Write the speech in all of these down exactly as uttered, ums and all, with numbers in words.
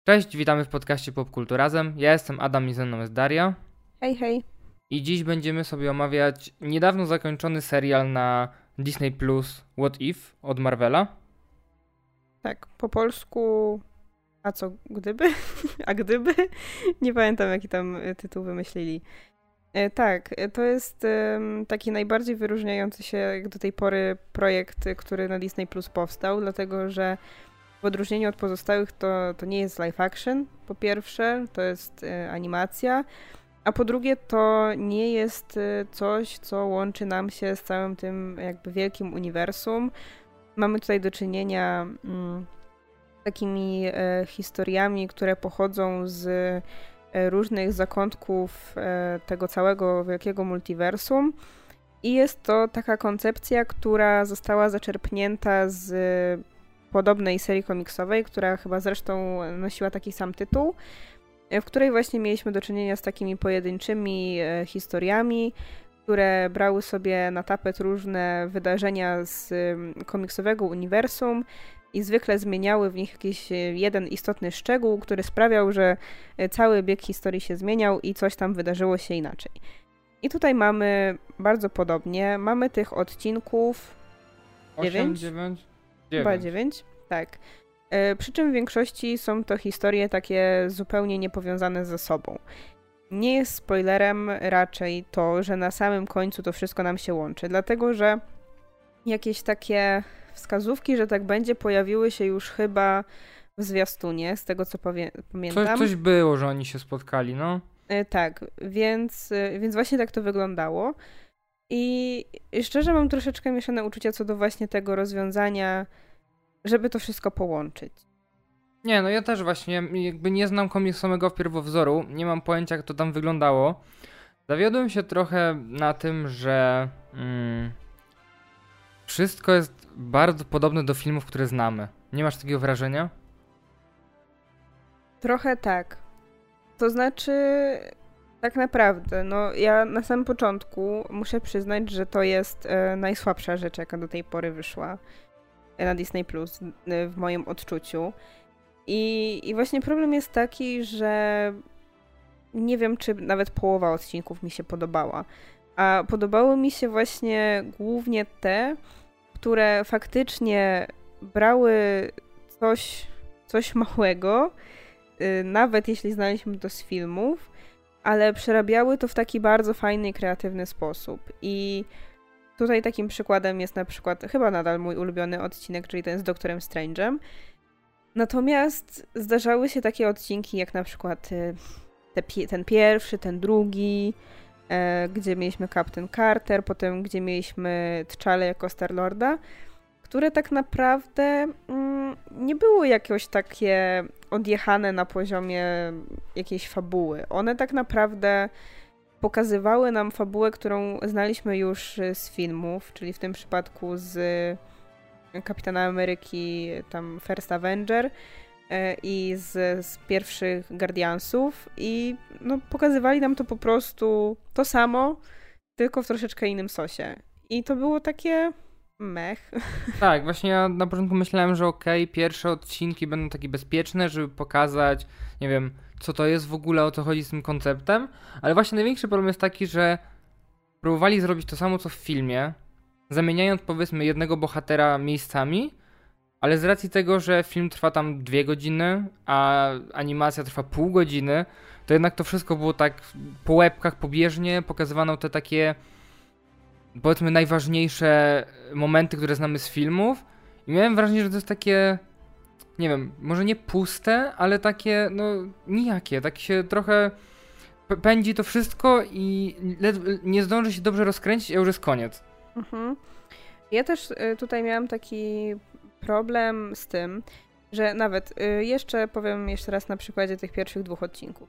Cześć, witamy w podcaście Popkulturazem. Ja jestem Adam i ze mną jest Daria. Hej, hej. I dziś będziemy sobie omawiać niedawno zakończony serial na Disney Plus What If od Marvela. Tak, po polsku... A co, gdyby? A gdyby? Nie pamiętam, jaki tam tytuł wymyślili. E, tak, to jest e, taki najbardziej wyróżniający się jak do tej pory projekt, który na Disney Plus powstał, dlatego że w odróżnieniu od pozostałych to, to nie jest live action, po pierwsze, to jest e, animacja, a po drugie to nie jest e, coś, co łączy nam się z całym tym jakby wielkim uniwersum. Mamy tutaj do czynienia mm, takimi e, historiami, które pochodzą z e, różnych zakątków e, tego całego wielkiego multiversum. I jest to taka koncepcja, która została zaczerpnięta z podobnej serii komiksowej, która chyba zresztą nosiła taki sam tytuł, w której właśnie mieliśmy do czynienia z takimi pojedynczymi e, historiami, które brały sobie na tapet różne wydarzenia z komiksowego uniwersum i zwykle zmieniały w nich jakiś jeden istotny szczegół, który sprawiał, że cały bieg historii się zmieniał i coś tam wydarzyło się inaczej. I tutaj mamy bardzo podobnie. Mamy tych odcinków dziewięć? dziewięć? Chyba dziewięć, tak. E, przy czym w większości są to historie takie zupełnie niepowiązane ze sobą. Nie jest spoilerem raczej to, że na samym końcu to wszystko nam się łączy, dlatego że jakieś takie wskazówki, że tak będzie, pojawiły się już chyba w zwiastunie, z tego co powie- pamiętam. Coś, coś było, że oni się spotkali, no. E, tak, więc, e, więc właśnie tak to wyglądało. I szczerze mam troszeczkę mieszane uczucia co do właśnie tego rozwiązania, żeby to wszystko połączyć. Nie, no ja też właśnie jakby nie znam komiksowego pierwowzoru, nie mam pojęcia jak to tam wyglądało. Zawiodłem się trochę na tym, że mm, wszystko jest bardzo podobne do filmów, które znamy. Nie masz takiego wrażenia? Trochę tak. To znaczy, tak naprawdę, no ja na samym początku muszę przyznać, że to jest e, najsłabsza rzecz, jaka do tej pory wyszła na Disney Plus e, w moim odczuciu. I, I właśnie problem jest taki, że nie wiem, czy nawet połowa odcinków mi się podobała. A podobały mi się właśnie głównie te, które faktycznie brały coś, coś małego, yy, nawet jeśli znaliśmy to z filmów, ale przerabiały to w taki bardzo fajny i kreatywny sposób. I tutaj takim przykładem jest na przykład chyba nadal mój ulubiony odcinek, czyli ten z Doktorem Strange'em. Natomiast zdarzały się takie odcinki, jak na przykład te, ten pierwszy, ten drugi, e, gdzie mieliśmy Captain Carter, potem gdzie mieliśmy T'Challę jako Star-Lorda, które tak naprawdę mm, nie były jakoś takie odjechane na poziomie jakiejś fabuły. One tak naprawdę pokazywały nam fabułę, którą znaliśmy już z filmów, czyli w tym przypadku z Kapitana Ameryki, tam First Avenger e, i z, z pierwszych Guardiansów i no, pokazywali nam to po prostu to samo, tylko w troszeczkę innym sosie. I to było takie mech. Tak, właśnie ja na początku myślałem, że okej, okay, pierwsze odcinki będą takie bezpieczne, żeby pokazać, nie wiem, co to jest w ogóle, o co chodzi z tym konceptem, ale właśnie największy problem jest taki, że próbowali zrobić to samo, co w filmie, zamieniając powiedzmy jednego bohatera miejscami, ale z racji tego, że film trwa tam dwie godziny, a animacja trwa pół godziny, to jednak to wszystko było tak po łebkach pobieżnie, pokazywano te takie powiedzmy najważniejsze momenty, które znamy z filmów i miałem wrażenie, że to jest takie, nie wiem, może nie puste, ale takie no nijakie, tak się trochę p- pędzi to wszystko i led- nie zdąży się dobrze rozkręcić, a już jest koniec. Mhm. Ja też tutaj miałam taki problem z tym, że nawet jeszcze powiem jeszcze raz na przykładzie tych pierwszych dwóch odcinków.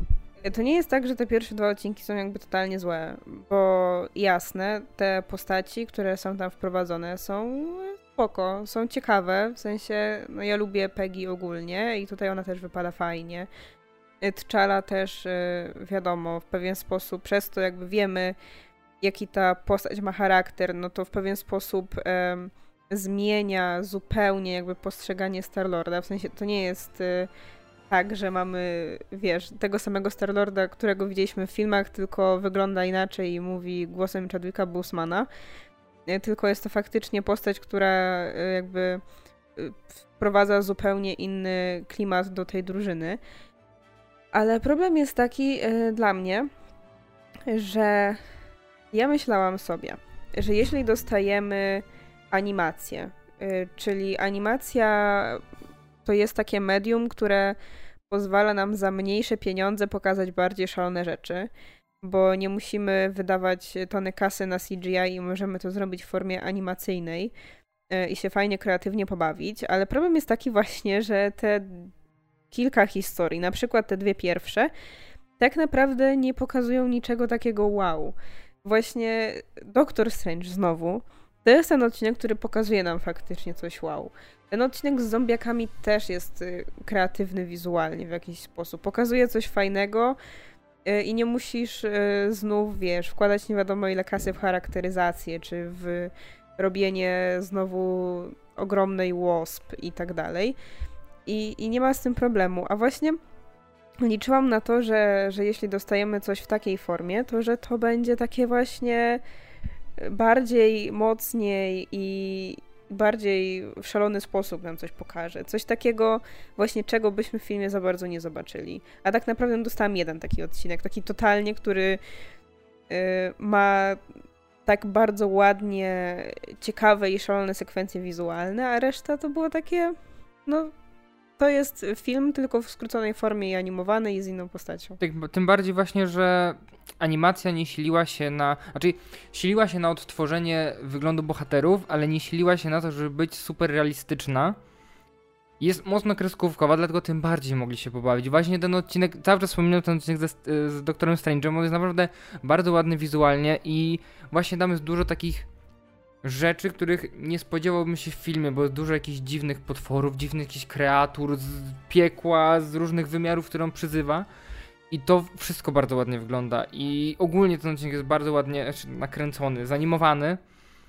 To nie jest tak, że te pierwsze dwa odcinki są jakby totalnie złe, bo jasne, te postaci, które są tam wprowadzone są spoko, są ciekawe, w sensie, no ja lubię Peggy ogólnie i tutaj ona też wypada fajnie. T'Challa też wiadomo, w pewien sposób, przez to jakby wiemy, jaki ta postać ma charakter, no to w pewien sposób um, zmienia zupełnie jakby postrzeganie Star-Lorda, w sensie to nie jest tak, że mamy, wiesz, tego samego Star-Lorda, którego widzieliśmy w filmach, tylko wygląda inaczej i mówi głosem Chadwicka Bosemana. Tylko jest to faktycznie postać, która jakby wprowadza zupełnie inny klimat do tej drużyny. Ale problem jest taki y, dla mnie, że ja myślałam sobie, że jeśli dostajemy animację, y, czyli animacja to jest takie medium, które pozwala nam za mniejsze pieniądze pokazać bardziej szalone rzeczy, bo nie musimy wydawać tony kasy na C G I i możemy to zrobić w formie animacyjnej y, i się fajnie, kreatywnie pobawić, ale problem jest taki właśnie, że te kilka historii, na przykład te dwie pierwsze, tak naprawdę nie pokazują niczego takiego wow. Właśnie Doctor Strange znowu, to jest ten odcinek, który pokazuje nam faktycznie coś wow. Ten odcinek z zombiakami też jest y, kreatywny wizualnie w jakiś sposób. Pokazuje coś fajnego y, i nie musisz y, znów, wiesz, wkładać nie wiadomo ile kasy w charakteryzację, czy w robienie znowu ogromnej wasp i tak dalej. I, I nie ma z tym problemu. A właśnie liczyłam na to, że, że jeśli dostajemy coś w takiej formie, to że to będzie takie właśnie bardziej, mocniej i bardziej w szalony sposób nam coś pokaże. Coś takiego właśnie, czego byśmy w filmie za bardzo nie zobaczyli. A tak naprawdę dostałam jeden taki odcinek, taki totalnie, który yy, ma tak bardzo ładnie ciekawe i szalone sekwencje wizualne, a reszta to było takie, no to jest film, tylko w skróconej formie i animowany i z inną postacią. Tak, tym bardziej właśnie, że animacja nie siliła się na... Znaczy, siliła się na odtworzenie wyglądu bohaterów, ale nie siliła się na to, żeby być super realistyczna. Jest mocno kreskówkowa, dlatego tym bardziej mogli się pobawić. Właśnie ten odcinek, cały czas wspominam ten odcinek ze, z Doktorem Strange'em, on jest naprawdę bardzo ładny wizualnie i właśnie tam jest dużo takich rzeczy, których nie spodziewałbym się w filmie, bo jest dużo jakichś dziwnych potworów, dziwnych jakichś kreatur z piekła, z różnych wymiarów, które on przyzywa. I to wszystko bardzo ładnie wygląda. I ogólnie ten odcinek jest bardzo ładnie znaczy, nakręcony, zanimowany.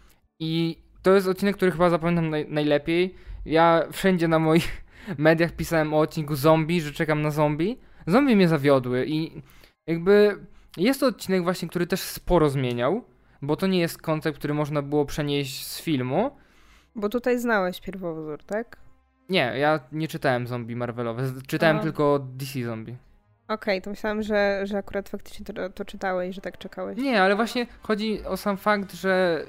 I to jest odcinek, który chyba zapamiętam naj- najlepiej. Ja wszędzie na moich mediach pisałem o odcinku zombie, że czekam na zombie. Zombie mnie zawiodły i jakby jest to odcinek właśnie, który też sporo zmieniał. Bo to nie jest koncept, który można było przenieść z filmu. Bo tutaj znałeś pierwowzór, tak? Nie, ja nie czytałem zombie Marvelowe. Czytałem A. tylko D C zombie. Okej, okay, to myślałam, że, że akurat faktycznie to, to czytałeś, że tak czekałeś. Nie, ale właśnie chodzi o sam fakt, że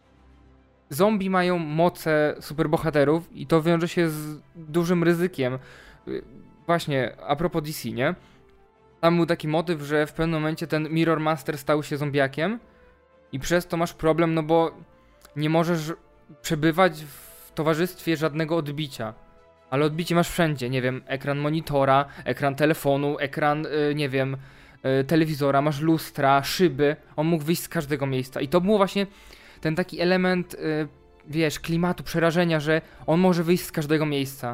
zombie mają moce superbohaterów i to wiąże się z dużym ryzykiem. Właśnie, a propos D C, nie? Tam był taki motyw, że w pewnym momencie ten Mirror Master stał się zombiakiem i przez to masz problem, no bo nie możesz przebywać w towarzystwie żadnego odbicia. Ale odbicie masz wszędzie, nie wiem, ekran monitora, ekran telefonu, ekran, yy, nie wiem, yy, telewizora, masz lustra, szyby. On mógł wyjść z każdego miejsca. I to było właśnie ten taki element, yy, wiesz, klimatu, przerażenia, że on może wyjść z każdego miejsca.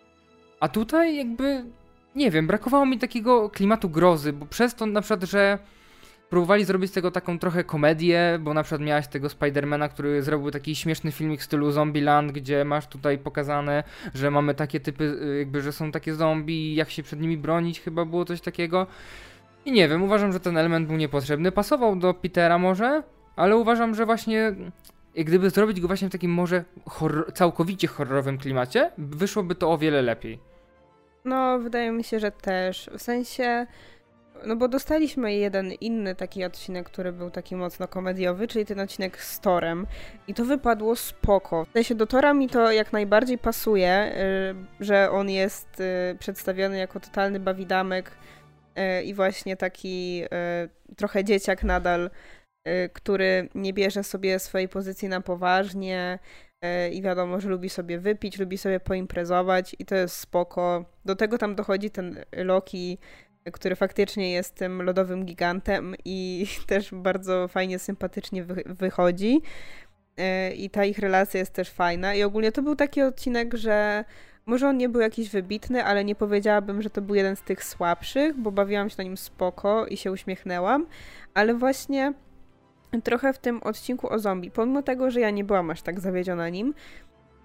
A tutaj jakby, nie wiem, brakowało mi takiego klimatu grozy, bo przez to na przykład, że próbowali zrobić z tego taką trochę komedię, bo na przykład miałaś tego Spidermana, który zrobił taki śmieszny filmik w stylu Zombieland, gdzie masz tutaj pokazane, że mamy takie typy, jakby, że są takie zombie, jak się przed nimi bronić, chyba było coś takiego. I nie wiem, uważam, że ten element był niepotrzebny. Pasował do Petera może, ale uważam, że właśnie gdyby zrobić go właśnie w takim może horror, całkowicie horrorowym klimacie, wyszłoby to o wiele lepiej. No, wydaje mi się, że też. W sensie... No bo dostaliśmy jeden inny taki odcinek, który był taki mocno komediowy, czyli ten odcinek z Thorem. I to wypadło spoko. W sensie do Thora mi to jak najbardziej pasuje, yy, że on jest yy, przedstawiony jako totalny bawidamek yy, i właśnie taki yy, trochę dzieciak nadal, yy, który nie bierze sobie swojej pozycji na poważnie yy, i wiadomo, że lubi sobie wypić, lubi sobie poimprezować i to jest spoko. Do tego tam dochodzi ten Loki, który faktycznie jest tym lodowym gigantem i też bardzo fajnie, sympatycznie wy- wychodzi. Yy, I ta ich relacja jest też fajna. I ogólnie to był taki odcinek, że może on nie był jakiś wybitny, ale nie powiedziałabym, że to był jeden z tych słabszych, bo bawiłam się na nim spoko i się uśmiechnęłam. Ale właśnie trochę w tym odcinku o zombie, pomimo tego, że ja nie byłam aż tak zawiedziona nim,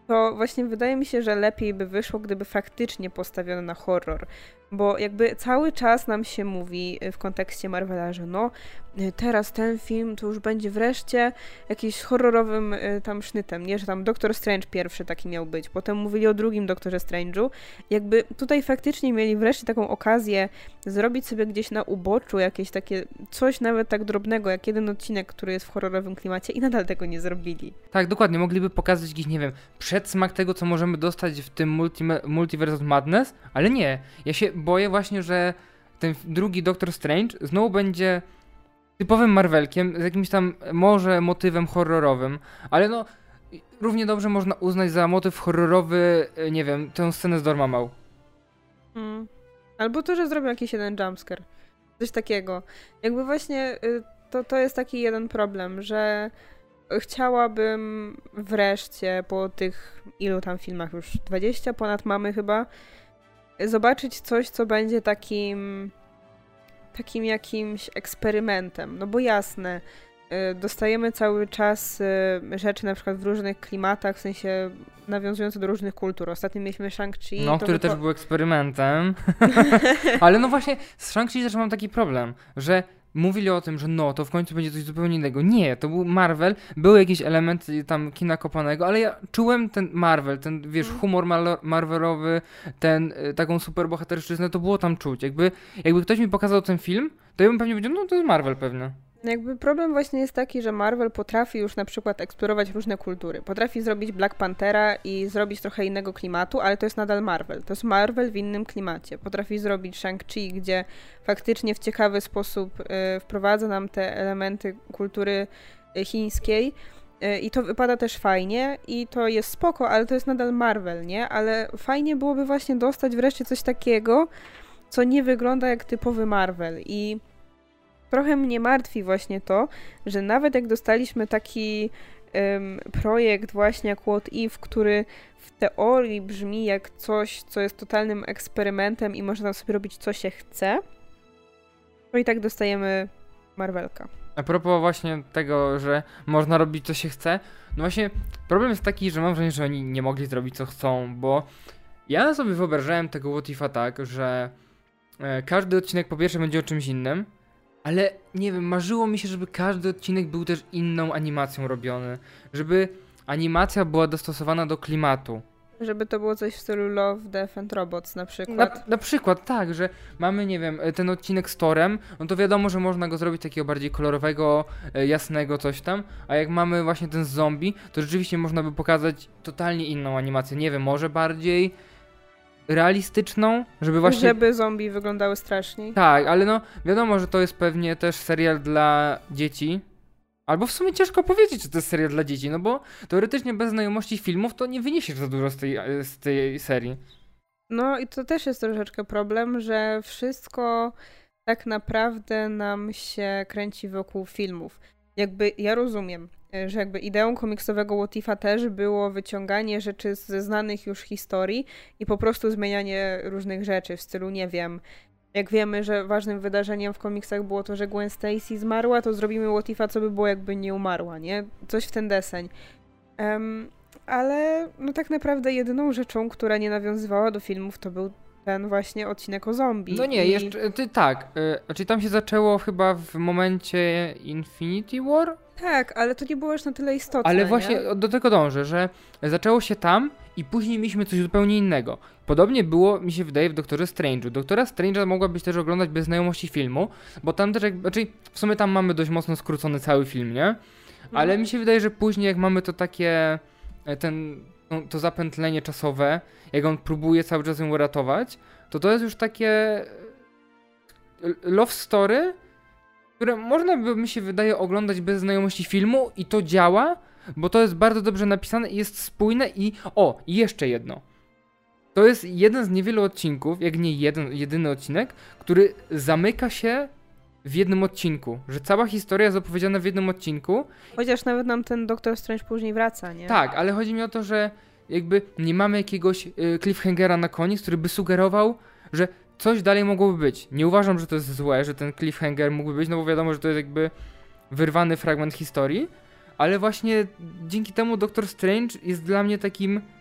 to właśnie wydaje mi się, że lepiej by wyszło, gdyby faktycznie postawiono na horror. Bo jakby cały czas nam się mówi w kontekście Marvela, że no teraz ten film to już będzie wreszcie jakiś horrorowym tam sznytem, nie? Że tam Doctor Strange pierwszy taki miał być. Potem mówili o drugim Doktorze Strange'u. Jakby tutaj faktycznie mieli wreszcie taką okazję zrobić sobie gdzieś na uboczu jakieś takie coś nawet tak drobnego, jak jeden odcinek, który jest w horrorowym klimacie i nadal tego nie zrobili. Tak, dokładnie. Mogliby pokazać jakiś, nie wiem, przedsmak tego, co możemy dostać w tym multi- Multiverse of Madness, ale nie. Ja się boję właśnie, że ten drugi Doctor Strange znowu będzie typowym Marvelkiem, z jakimś tam może motywem horrorowym, ale no równie dobrze można uznać za motyw horrorowy, nie wiem, tę scenę z Dormammu. Hmm. Albo to, że zrobią jakiś jeden jumpscare. Coś takiego. Jakby właśnie to, to jest taki jeden problem, że chciałabym wreszcie po tych ilu tam filmach, już dwadzieścia ponad mamy chyba, zobaczyć coś, co będzie takim takim jakimś eksperymentem. No bo jasne, dostajemy cały czas rzeczy na przykład w różnych klimatach, w sensie nawiązujące do różnych kultur. Ostatnio mieliśmy Shang-Chi. No, który wypo- też był eksperymentem. Ale no właśnie z Shang-Chi też mam taki problem, że mówili o tym, że no, to w końcu będzie coś zupełnie innego. Nie, to był Marvel, były jakieś elementy tam kina kopanego, ale ja czułem ten Marvel, ten, wiesz, humor mal- Marvelowy, ten, y, taką superbohaterszczyznę, to było tam czuć. Jakby, jakby ktoś mi pokazał ten film, to ja bym pewnie powiedział, no to jest Marvel pewnie. Jakby problem właśnie jest taki, że Marvel potrafi już na przykład eksplorować różne kultury. Potrafi zrobić Black Panthera i zrobić trochę innego klimatu, ale to jest nadal Marvel. To jest Marvel w innym klimacie. Potrafi zrobić Shang-Chi, gdzie faktycznie w ciekawy sposób y, wprowadza nam te elementy kultury y, chińskiej y, i to wypada też fajnie i to jest spoko, ale to jest nadal Marvel, nie? Ale fajnie byłoby właśnie dostać wreszcie coś takiego, co nie wygląda jak typowy Marvel i trochę mnie martwi właśnie to, że nawet jak dostaliśmy taki um, projekt właśnie jak What If, który w teorii brzmi jak coś, co jest totalnym eksperymentem i można tam sobie robić co się chce, to i tak dostajemy Marvelka. A propos właśnie tego, że można robić co się chce, no właśnie problem jest taki, że mam wrażenie, że oni nie mogli zrobić co chcą, bo ja sobie wyobrażałem tego What If'a tak, że e, każdy odcinek po pierwsze będzie o czymś innym, ale nie wiem, marzyło mi się, żeby każdy odcinek był też inną animacją robiony. Żeby animacja była dostosowana do klimatu. Żeby to było coś w stylu Love, Death and Robots na przykład. Na, na przykład tak, że mamy, nie wiem, ten odcinek z Thorem, no to wiadomo, że można go zrobić takiego bardziej kolorowego, jasnego, coś tam. A jak mamy właśnie ten z zombie, to rzeczywiście można by pokazać totalnie inną animację. Nie wiem, może bardziej realistyczną, żeby właśnie... Żeby zombie wyglądały straszniej. Tak, ale no wiadomo, że to jest pewnie też serial dla dzieci. Albo w sumie ciężko powiedzieć, czy to jest serial dla dzieci, no bo teoretycznie bez znajomości filmów to nie wyniesiesz za dużo z tej, z tej serii. No i to też jest troszeczkę problem, że wszystko tak naprawdę nam się kręci wokół filmów. Jakby ja rozumiem, że jakby ideą komiksowego What If'a też było wyciąganie rzeczy ze znanych już historii i po prostu zmienianie różnych rzeczy w stylu, nie wiem, jak wiemy, że ważnym wydarzeniem w komiksach było to, że Gwen Stacy zmarła, to zrobimy What If'a, co by było jakby nie umarła, nie? Coś w ten deseń. Um, ale no tak naprawdę jedyną rzeczą, która nie nawiązywała do filmów, to był ten właśnie odcinek o zombie. No nie, I... jeszcze, ty, tak, yy, znaczy tam się zaczęło chyba w momencie Infinity War? Tak, ale to nie było już na tyle istotne, Ale właśnie nie? do tego dążę, że zaczęło się tam i później mieliśmy coś zupełnie innego. Podobnie było, mi się wydaje, w Doktorze Strange'u. Doktora Strange'a mogłabyś też oglądać bez znajomości filmu, bo tam też, jak, znaczy w sumie tam mamy dość mocno skrócony cały film, nie? Ale Mhm. mi się wydaje, że później jak mamy to takie, ten, to, to zapętlenie czasowe, jak on próbuje cały czas ją uratować, to to jest już takie love story, które można by, mi się wydaje, oglądać bez znajomości filmu i to działa, bo to jest bardzo dobrze napisane i jest spójne i... O, i jeszcze jedno. To jest jeden z niewielu odcinków, jak nie jeden, jedyny odcinek, który zamyka się w jednym odcinku. Że cała historia jest opowiedziana w jednym odcinku. Chociaż nawet nam ten Doktor Strange później wraca, nie? Tak, ale chodzi mi o to, że jakby nie mamy jakiegoś y, cliffhangera na koniec, który by sugerował, że coś dalej mogłoby być. Nie uważam, że to jest złe, że ten cliffhanger mógłby być, no bo wiadomo, że to jest jakby wyrwany fragment historii, ale właśnie dzięki temu Doctor Strange jest dla mnie takim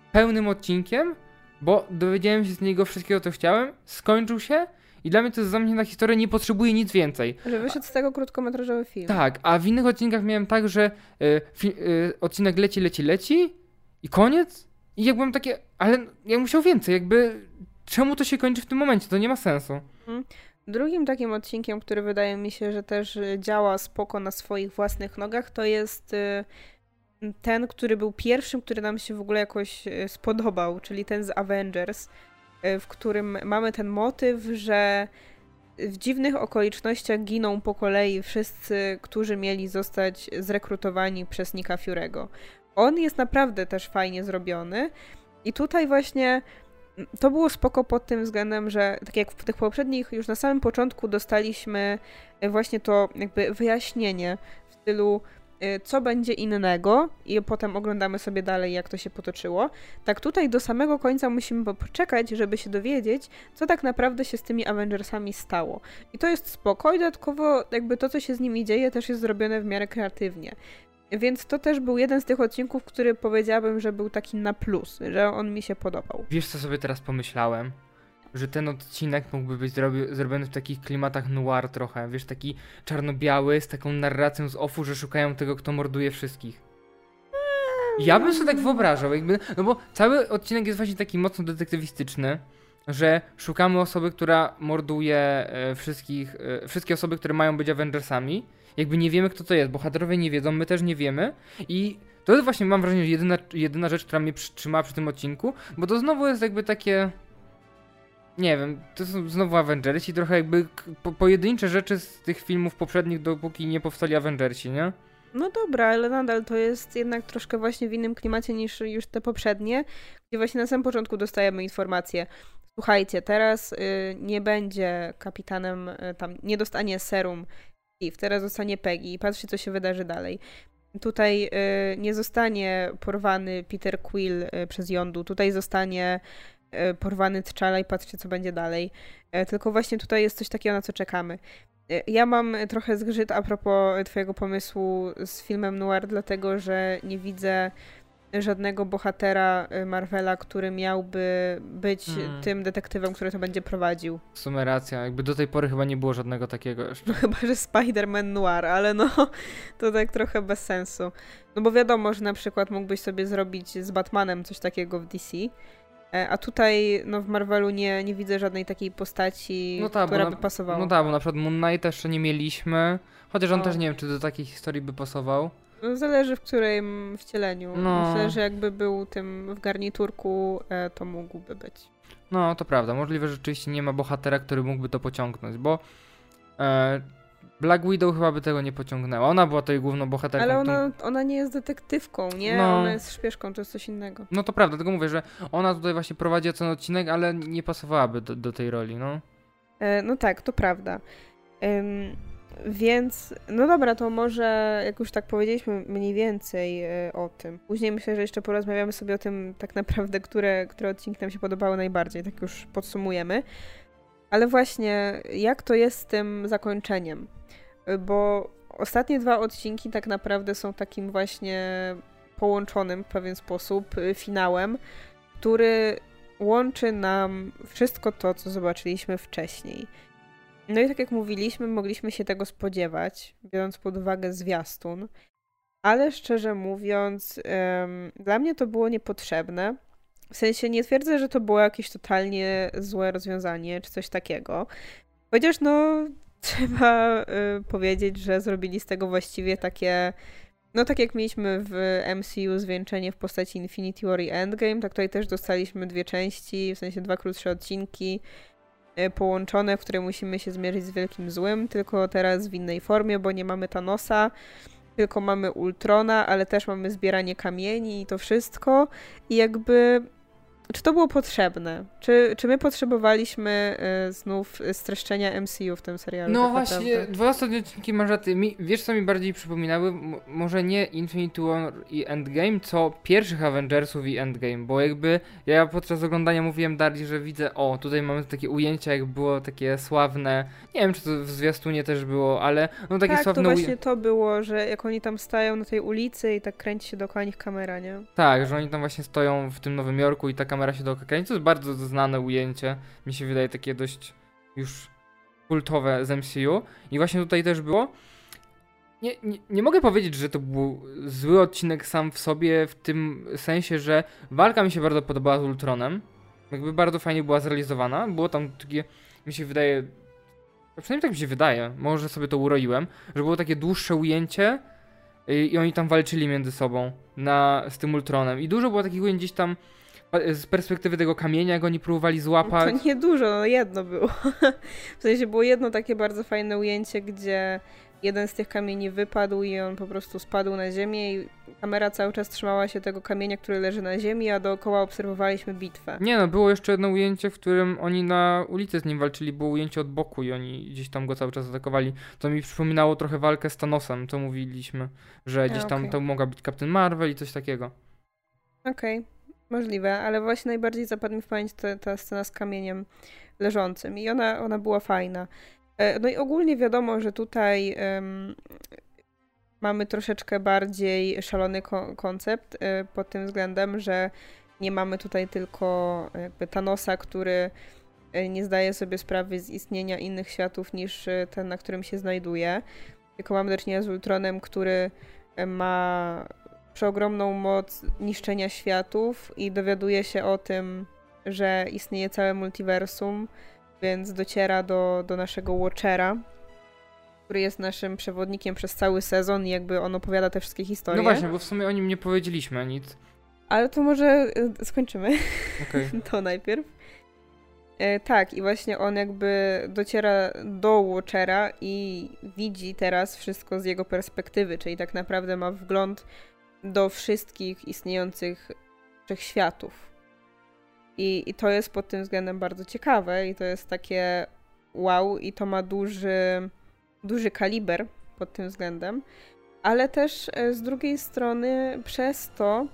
pełnym odcinkiem, bo dowiedziałem się z niego wszystkiego, co chciałem, skończył się i dla mnie to jest zamknięta historia, nie potrzebuję nic więcej. Że wyszedł z tego krótkometrażowy film. Tak, a w innych odcinkach miałem tak, że y, fi- y, odcinek leci, leci, leci i koniec i jak byłem takie, ale ja musiał więcej, jakby czemu to się kończy w tym momencie, to nie ma sensu. Mhm. Drugim takim odcinkiem, który wydaje mi się, że też działa spoko na swoich własnych nogach, to jest ten, który był pierwszym, który nam się w ogóle jakoś spodobał, czyli ten z Avengers, w którym mamy ten motyw, że w dziwnych okolicznościach giną po kolei wszyscy, którzy mieli zostać zrekrutowani przez Nicka Fury'ego. On jest naprawdę też fajnie zrobiony i tutaj właśnie to było spoko pod tym względem, że tak jak w tych poprzednich, już na samym początku dostaliśmy właśnie to jakby wyjaśnienie w stylu co będzie innego i potem oglądamy sobie dalej, jak to się potoczyło. Tak tutaj do samego końca musimy poczekać, żeby się dowiedzieć, co tak naprawdę się z tymi Avengersami stało. I to jest spoko i dodatkowo jakby to, co się z nimi dzieje, też jest zrobione w miarę kreatywnie. Więc to też był jeden z tych odcinków, który powiedziałabym, że był taki na plus, że on mi się podobał. Wiesz, co sobie teraz pomyślałem? Że ten odcinek mógłby być zrobi- zrobiony w takich klimatach noir trochę, wiesz, taki czarno-biały, z taką narracją z offu, że szukają tego, kto morduje wszystkich. Ja bym sobie tak wyobrażał, jakby, no bo cały odcinek jest właśnie taki mocno detektywistyczny, że szukamy osoby, która morduje e, wszystkich, e, wszystkie osoby, które mają być Avengersami. Jakby nie wiemy, kto to jest, bohaterowie nie wiedzą, my też nie wiemy i to jest właśnie, mam wrażenie, jedyna, jedyna rzecz, która mnie przytrzymała przy tym odcinku, bo to znowu jest jakby takie... Nie wiem, to są znowu Avengersi, trochę jakby po, pojedyncze rzeczy z tych filmów poprzednich, dopóki nie powstali Avengersi, nie? No dobra, ale nadal to jest jednak troszkę właśnie w innym klimacie niż już te poprzednie, gdzie właśnie na samym początku dostajemy informację. Słuchajcie, teraz y, nie będzie kapitanem, y, tam nie dostanie serum Steve, teraz zostanie Peggy i patrzcie, co się wydarzy dalej. Tutaj y, nie zostanie porwany Peter Quill y, przez Yondu, tutaj zostanie porwany T'Challa i patrzcie, co będzie dalej. Tylko właśnie tutaj jest coś takiego, na co czekamy. Ja mam trochę zgrzyt a propos twojego pomysłu z filmem noir, dlatego, że nie widzę żadnego bohatera Marvela, który miałby być hmm. tym detektywem, który to będzie prowadził. W sumie racja, jakby do tej pory chyba nie było żadnego takiego jeszcze. No chyba, że Spider-Man noir, ale no to tak trochę bez sensu. No bo wiadomo, że na przykład mógłbyś sobie zrobić z Batmanem coś takiego w D C, a tutaj no, w Marvelu nie, nie widzę żadnej takiej postaci, no ta, która na, by pasowała. No tak, bo na przykład Moon Knight jeszcze nie mieliśmy, chociaż on no. też nie wiem, czy do takiej historii by pasował. No, zależy w którym wcieleniu. No. Myślę, że jakby był tym w garniturku, to mógłby być. No, to prawda. Możliwe, że rzeczywiście nie ma bohatera, który mógłby to pociągnąć, bo e, Black Widow chyba by tego nie pociągnęła. Ona była tutaj główną bohaterką. Ale ona, ona nie jest detektywką, nie? No. Ona jest szpieszką, to jest coś innego. No to prawda, tylko mówię, że ona tutaj właśnie prowadzi ten odcinek, ale nie pasowałaby do, do tej roli, no. E, no tak, to prawda. Ym, więc, no dobra, to może, jak już tak powiedzieliśmy mniej więcej e, o tym. Później myślę, że jeszcze porozmawiamy sobie o tym tak naprawdę, które, które odcinki nam się podobały najbardziej, tak już podsumujemy. Ale właśnie, jak to jest z tym zakończeniem? Bo ostatnie dwa odcinki tak naprawdę są takim właśnie połączonym w pewien sposób finałem, który łączy nam wszystko to, co zobaczyliśmy wcześniej. No i tak jak mówiliśmy, mogliśmy się tego spodziewać, biorąc pod uwagę zwiastun, ale szczerze mówiąc, um, dla mnie to było niepotrzebne. W sensie nie twierdzę, że to było jakieś totalnie złe rozwiązanie, czy coś takiego. Chociaż no, trzeba y, powiedzieć, że zrobili z tego właściwie takie, no tak jak mieliśmy w M C U zwieńczenie w postaci Infinity War i Endgame, tak tutaj też dostaliśmy dwie części, w sensie dwa krótsze odcinki y, połączone, w które musimy się zmierzyć z wielkim złym, tylko teraz w innej formie, bo nie mamy Thanosa, tylko mamy Ultrona, ale też mamy zbieranie kamieni i to wszystko i jakby czy to było potrzebne? Czy, czy my potrzebowaliśmy y, znów streszczenia M C U w tym serialu? No tak właśnie, naprawdę? dwa ostatnie odcinki Manżaty, mi, wiesz co mi bardziej przypominały? M- może nie Infinity War i Endgame, co pierwszych Avengersów i Endgame, bo jakby ja podczas oglądania mówiłem Darii, że widzę, o, tutaj mamy takie ujęcia, jak było takie sławne, nie wiem, czy to w zwiastunie też było, ale no takie tak, sławne to uj- właśnie to było, że jak oni tam stają na tej ulicy i tak kręci się dookoła nich kamera, nie? Tak, że oni tam właśnie stoją w tym Nowym Jorku i ta kamera się dookoła kręci. To jest bardzo znane ujęcie. Mi się wydaje takie dość już kultowe z M C U. I właśnie tutaj też było. Nie, nie, nie mogę powiedzieć, że to był zły odcinek sam w sobie, w tym sensie, że walka mi się bardzo podobała z Ultronem. Jakby bardzo fajnie była zrealizowana. Było tam takie, mi się wydaje, przynajmniej tak mi się wydaje, może sobie to uroiłem, że było takie dłuższe ujęcie i, i oni tam walczyli między sobą na, z tym Ultronem. I dużo było takich ujęć gdzieś tam z perspektywy tego kamienia, jak oni próbowali złapać. To nie dużo, no jedno było. W sensie było jedno takie bardzo fajne ujęcie, gdzie jeden z tych kamieni wypadł i on po prostu spadł na ziemię i kamera cały czas trzymała się tego kamienia, który leży na ziemi, a dookoła obserwowaliśmy bitwę. Nie no, było jeszcze jedno ujęcie, w którym oni na ulicy z nim walczyli, było ujęcie od boku i oni gdzieś tam go cały czas atakowali. To mi przypominało trochę walkę z Thanosem, co mówiliśmy, że gdzieś A, tam okej. to mogła być Captain Marvel i coś takiego. Okej, możliwe, ale właśnie najbardziej zapadł mi w pamięć ta, ta scena z kamieniem leżącym i ona, ona była fajna. E, No i ogólnie wiadomo, że tutaj em, mamy troszeczkę bardziej szalony ko- koncept e, pod tym względem, że nie mamy tutaj tylko jakby Thanosa, który e, nie zdaje sobie sprawy z istnienia innych światów niż e, ten, na którym się znajduje, tylko mamy do czynienia z Ultronem, który e, ma przeogromną moc niszczenia światów i dowiaduje się o tym, że istnieje całe multiversum, więc dociera do, do naszego Watchera, który jest naszym przewodnikiem przez cały sezon i jakby on opowiada te wszystkie historie. No właśnie, bo w sumie o nim nie powiedzieliśmy nic. Ale to może y, skończymy Okej. to najpierw. E, tak, i właśnie on jakby dociera do Watchera i widzi teraz wszystko z jego perspektywy, czyli tak naprawdę ma wgląd do wszystkich istniejących wszechświatów. I, I to jest pod tym względem bardzo ciekawe i to jest takie wow i to ma duży, duży kaliber pod tym względem, ale też e, z drugiej strony przez to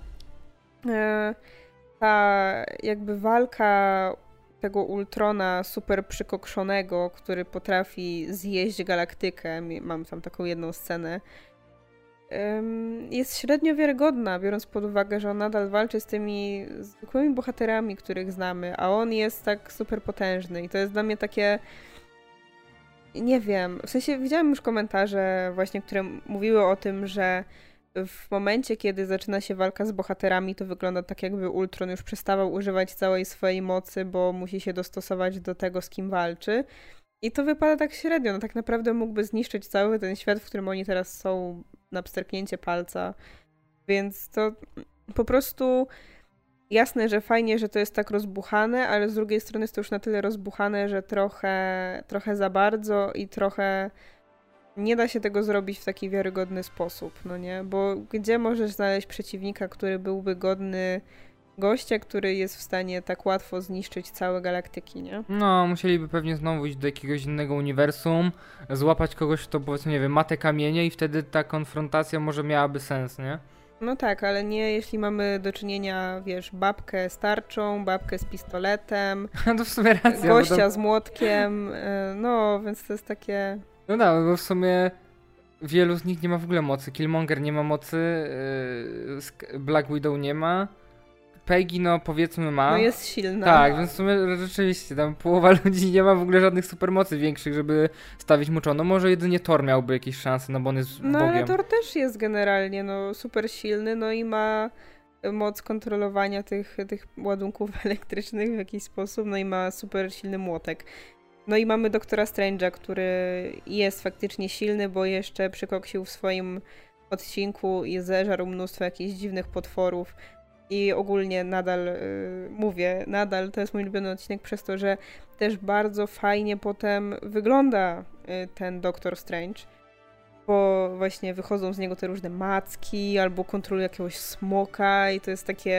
e, ta jakby walka tego Ultrona super przykokszonego, który potrafi zjeść galaktykę, mi- mam tam taką jedną scenę, em, jest średnio wiarygodna, biorąc pod uwagę, że on nadal walczy z tymi zwykłymi bohaterami, których znamy, a on jest tak super potężny i to jest dla mnie takie, nie wiem, w sensie widziałam już komentarze właśnie, które mówiły o tym, że w momencie, kiedy zaczyna się walka z bohaterami, to wygląda tak, jakby Ultron już przestawał używać całej swojej mocy, bo musi się dostosować do tego, z kim walczy. I to wypada tak średnio. No tak naprawdę mógłby zniszczyć cały ten świat, w którym oni teraz są na pstryknięcie palca. Więc to po prostu jasne, że fajnie, że to jest tak rozbuchane, ale z drugiej strony jest to już na tyle rozbuchane, że trochę, trochę za bardzo i trochę nie da się tego zrobić w taki wiarygodny sposób, no nie? Bo gdzie możesz znaleźć przeciwnika, który byłby godny gościa, który jest w stanie tak łatwo zniszczyć całe galaktyki, nie? No, musieliby pewnie znowu iść do jakiegoś innego uniwersum, złapać kogoś, kto powiedzmy, nie wiem, ma te kamienie i wtedy ta konfrontacja może miałaby sens, nie? No tak, ale nie jeśli mamy do czynienia, wiesz, babkę z tarczą, babkę z pistoletem, to w sumie racja. bo gościa to... z młotkiem, y, no, więc to jest takie... No tak, bo w sumie wielu z nich nie ma w ogóle mocy. Killmonger nie ma mocy, yy, Sk- Black Widow nie ma, Peggy no powiedzmy ma. No jest silna. Tak, więc w sumie rzeczywiście tam połowa ludzi nie ma w ogóle żadnych supermocy większych, żeby stawić mu czoło. No może jedynie Thor miałby jakieś szanse, no bo on jest No bogiem. ale Thor też jest generalnie no, super silny, no i ma moc kontrolowania tych, tych ładunków elektrycznych w jakiś sposób, no i ma super silny młotek. No i mamy Doktora Strange'a, który jest faktycznie silny, bo jeszcze przykoksił w swoim odcinku i zeżarł mnóstwo jakichś dziwnych potworów. I ogólnie nadal y, mówię, nadal to jest mój ulubiony odcinek przez to, że też bardzo fajnie potem wygląda y, ten Doktor Strange, bo właśnie wychodzą z niego te różne macki, albo kontroluje jakiegoś smoka i to jest takie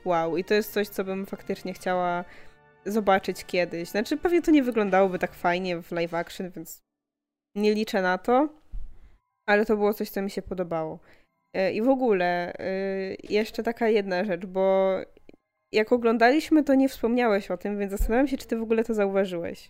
wow. I to jest coś, co bym faktycznie chciała zobaczyć kiedyś. Znaczy, pewnie to nie wyglądałoby tak fajnie w live action, więc nie liczę na to, ale to było coś, co mi się podobało. I w ogóle jeszcze taka jedna rzecz, bo jak oglądaliśmy, to nie wspomniałeś o tym, więc zastanawiam się, czy ty w ogóle to zauważyłeś.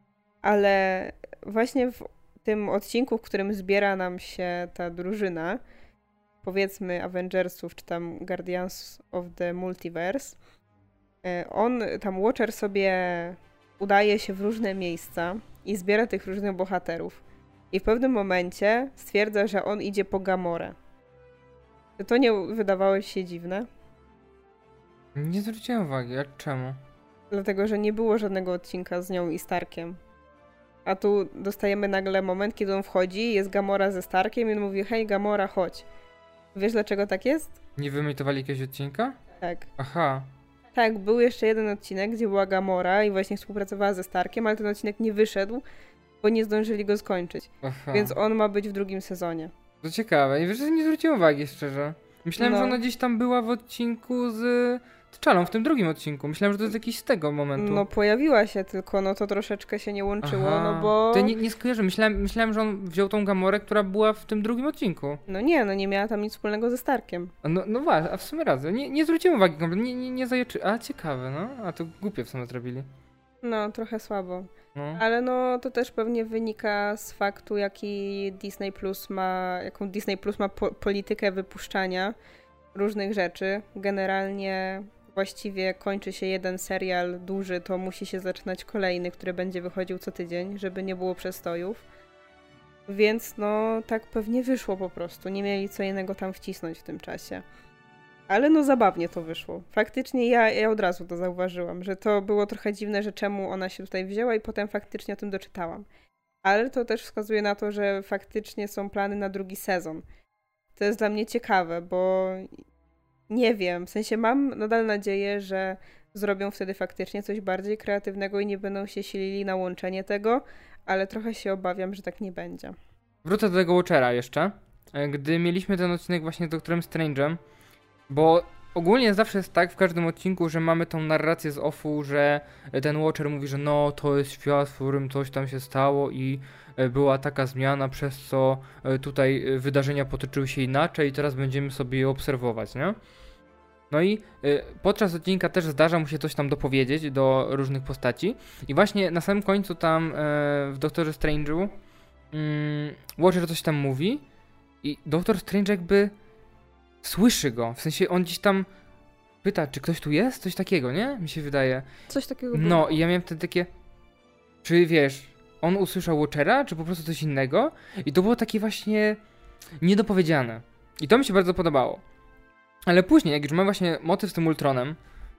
Ale właśnie w tym odcinku, w którym zbiera nam się ta drużyna, powiedzmy Avengersów, czy tam Guardians of the Multiverse, on, tam Watcher sobie udaje się w różne miejsca i zbiera tych różnych bohaterów. I w pewnym momencie stwierdza, że on idzie po Gamorę. Czy to nie wydawało się dziwne? Nie zwróciłem uwagi, jak czemu? Dlatego, że nie było żadnego odcinka z nią i Starkiem. A tu dostajemy nagle moment, kiedy on wchodzi, jest Gamora ze Starkiem i on mówi: hej Gamora, chodź. Wiesz dlaczego tak jest? Nie wyemitowali jakiegoś odcinka? Tak. Aha. Tak, był jeszcze jeden odcinek, gdzie była Gamora i właśnie współpracowała ze Starkiem, ale ten odcinek nie wyszedł, bo nie zdążyli go skończyć. Aha. Więc on ma być w drugim sezonie. To ciekawe. I wiesz, że nie zwróciłem uwagi, szczerze. Myślałem, No. że ona gdzieś tam była w odcinku z T'Challą, w tym drugim odcinku. Myślałem, że to jest jakiś z tego momentu. No pojawiła się, tylko no to troszeczkę się nie łączyło, Aha. no bo... To nie, nie skojarzę. Myślałem, myślałem, że on wziął tą Gamorę, która była w tym drugim odcinku. No nie, no nie miała tam nic wspólnego ze Starkiem. A No, no właśnie, a w sumie razy. Nie, nie zwróciłem uwagi kompletnie, nie, nie, nie zajeczy... A ciekawe, no. A to głupie w sumie zrobili. No, trochę słabo. No. Ale no to też pewnie wynika z faktu, jaki Disney Plus ma, jaką Disney Plus ma po politykę wypuszczania różnych rzeczy. Generalnie właściwie kończy się jeden serial duży, to musi się zaczynać kolejny, który będzie wychodził co tydzień, żeby nie było przestojów. Więc no tak pewnie wyszło po prostu. Nie mieli co innego tam wcisnąć w tym czasie. Ale no zabawnie to wyszło. Faktycznie ja, ja od razu to zauważyłam, że to było trochę dziwne, że czemu ona się tutaj wzięła i potem faktycznie o tym doczytałam. Ale to też wskazuje na to, że faktycznie są plany na drugi sezon. To jest dla mnie ciekawe, bo nie wiem, w sensie mam nadal nadzieję, że zrobią wtedy faktycznie coś bardziej kreatywnego i nie będą się silili na łączenie tego, ale trochę się obawiam, że tak nie będzie. Wrócę do tego Watchera jeszcze. Gdy mieliśmy ten odcinek właśnie z doktorem Strange'em, bo ogólnie zawsze jest tak w każdym odcinku, że mamy tą narrację z offu, że ten Watcher mówi, że no to jest świat, w którym coś tam się stało i była taka zmiana, przez co tutaj wydarzenia potoczyły się inaczej i teraz będziemy sobie je obserwować, nie? No i podczas odcinka też zdarza mu się coś tam dopowiedzieć do różnych postaci i właśnie na samym końcu tam w Doktorze Strange'u Watcher coś tam mówi i Doktor Strange jakby słyszy go, w sensie on gdzieś tam pyta, czy ktoś tu jest? Coś takiego, nie? Mi się wydaje. Coś takiego było. No i ja miałem wtedy takie, czy wiesz, on usłyszał Watchera, czy po prostu coś innego? I to było takie właśnie niedopowiedziane. I to mi się bardzo podobało. Ale później, jak już mam właśnie motyw z tym Ultronem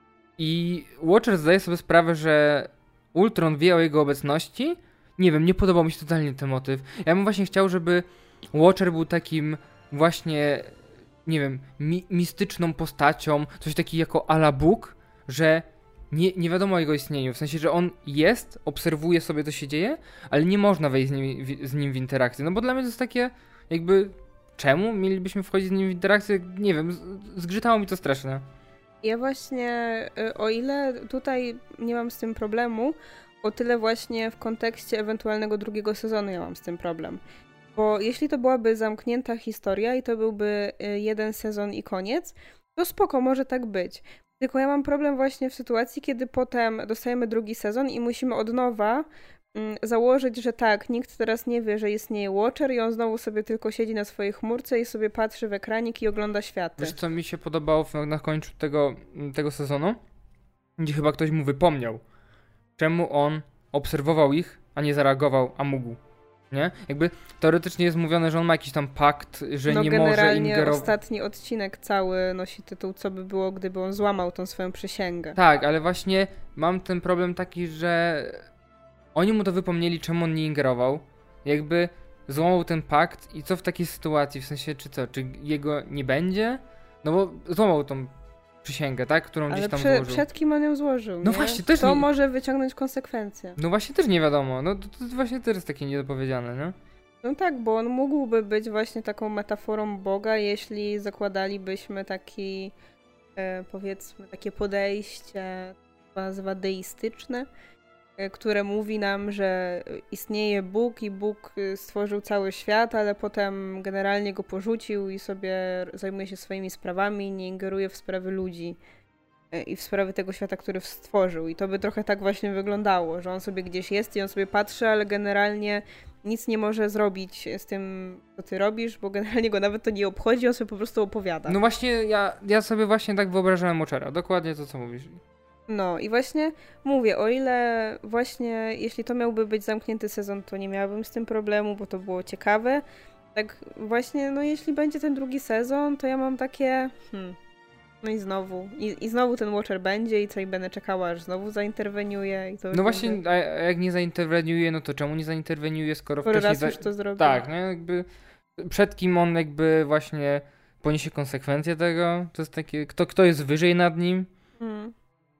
i Watcher zdaje sobie sprawę, że Ultron wie o jego obecności, nie wiem, nie podobał mi się totalnie ten motyw. Ja bym właśnie chciał, żeby Watcher był takim właśnie, nie wiem, mi mistyczną postacią, coś takiego jako ala Bóg, że nie, nie wiadomo o jego istnieniu, w sensie, że on jest, obserwuje sobie, co się dzieje, ale nie można wejść z nim, w, z nim w interakcję, no bo dla mnie to jest takie, jakby, czemu mielibyśmy wchodzić z nim w interakcję, nie wiem, zgrzytało mi to strasznie. Ja właśnie, o ile tutaj nie mam z tym problemu, o tyle właśnie w kontekście ewentualnego drugiego sezonu ja mam z tym problem. Bo jeśli to byłaby zamknięta historia i to byłby jeden sezon i koniec, to spoko, może tak być. Tylko ja mam problem właśnie w sytuacji, kiedy potem dostajemy drugi sezon i musimy od nowa mm, założyć, że tak, nikt teraz nie wie, że istnieje Watcher i on znowu sobie tylko siedzi na swojej chmurce i sobie patrzy w ekranik i ogląda światy. Wiesz, co mi się podobało na końcu tego, tego sezonu? Gdzie chyba ktoś mu wypomniał, czemu on obserwował ich, a nie zareagował, a mógł. Nie? Jakby teoretycznie jest mówione, że on ma jakiś tam pakt, że no, nie może generalnie ingerować. Ostatni odcinek cały nosi tytuł Co by było, gdyby on złamał tą swoją przysięgę. Tak, ale właśnie mam ten problem taki, że oni mu to wypomnieli, czemu on nie ingerował. Jakby złamał ten pakt i co w takiej sytuacji? W sensie, czy co? Czy jego nie będzie? No bo złamał tą przysięgę, tak? Którą ale gdzieś tam prze, złożył. przed kim on ją złożył, No nie? właśnie, też To nie... może wyciągnąć konsekwencje. No właśnie też nie wiadomo. No to, to właśnie też jest takie niedopowiedziane, nie? No tak, bo on mógłby być właśnie taką metaforą Boga, jeśli zakładalibyśmy taki powiedzmy takie podejście, to nazywa deistyczne, które mówi nam, że istnieje Bóg i Bóg stworzył cały świat, ale potem generalnie go porzucił i sobie zajmuje się swoimi sprawami, nie ingeruje w sprawy ludzi i w sprawy tego świata, który stworzył. I to by trochę tak właśnie wyglądało, że on sobie gdzieś jest i on sobie patrzy, ale generalnie nic nie może zrobić z tym, co ty robisz, bo generalnie go nawet to nie obchodzi, on sobie po prostu opowiada. No właśnie, ja, ja sobie właśnie tak wyobrażałem Watchera, dokładnie to, co mówisz. No i właśnie mówię, o ile właśnie jeśli to miałby być zamknięty sezon, to nie miałabym z tym problemu, bo to było ciekawe. Tak właśnie, no jeśli będzie ten drugi sezon, to ja mam takie... Hmm, no i znowu. I, I znowu ten Watcher będzie i co, i będę czekała, aż znowu zainterweniuje. I to no właśnie, będzie... a jak nie zainterweniuje, no to czemu nie zainterweniuje, skoro Skoro wcześniej... raz za... już to zrobił. Tak, nie? Jakby przed kim on jakby właśnie poniesie konsekwencje tego? To jest takie, kto, kto jest wyżej nad nim? Hmm.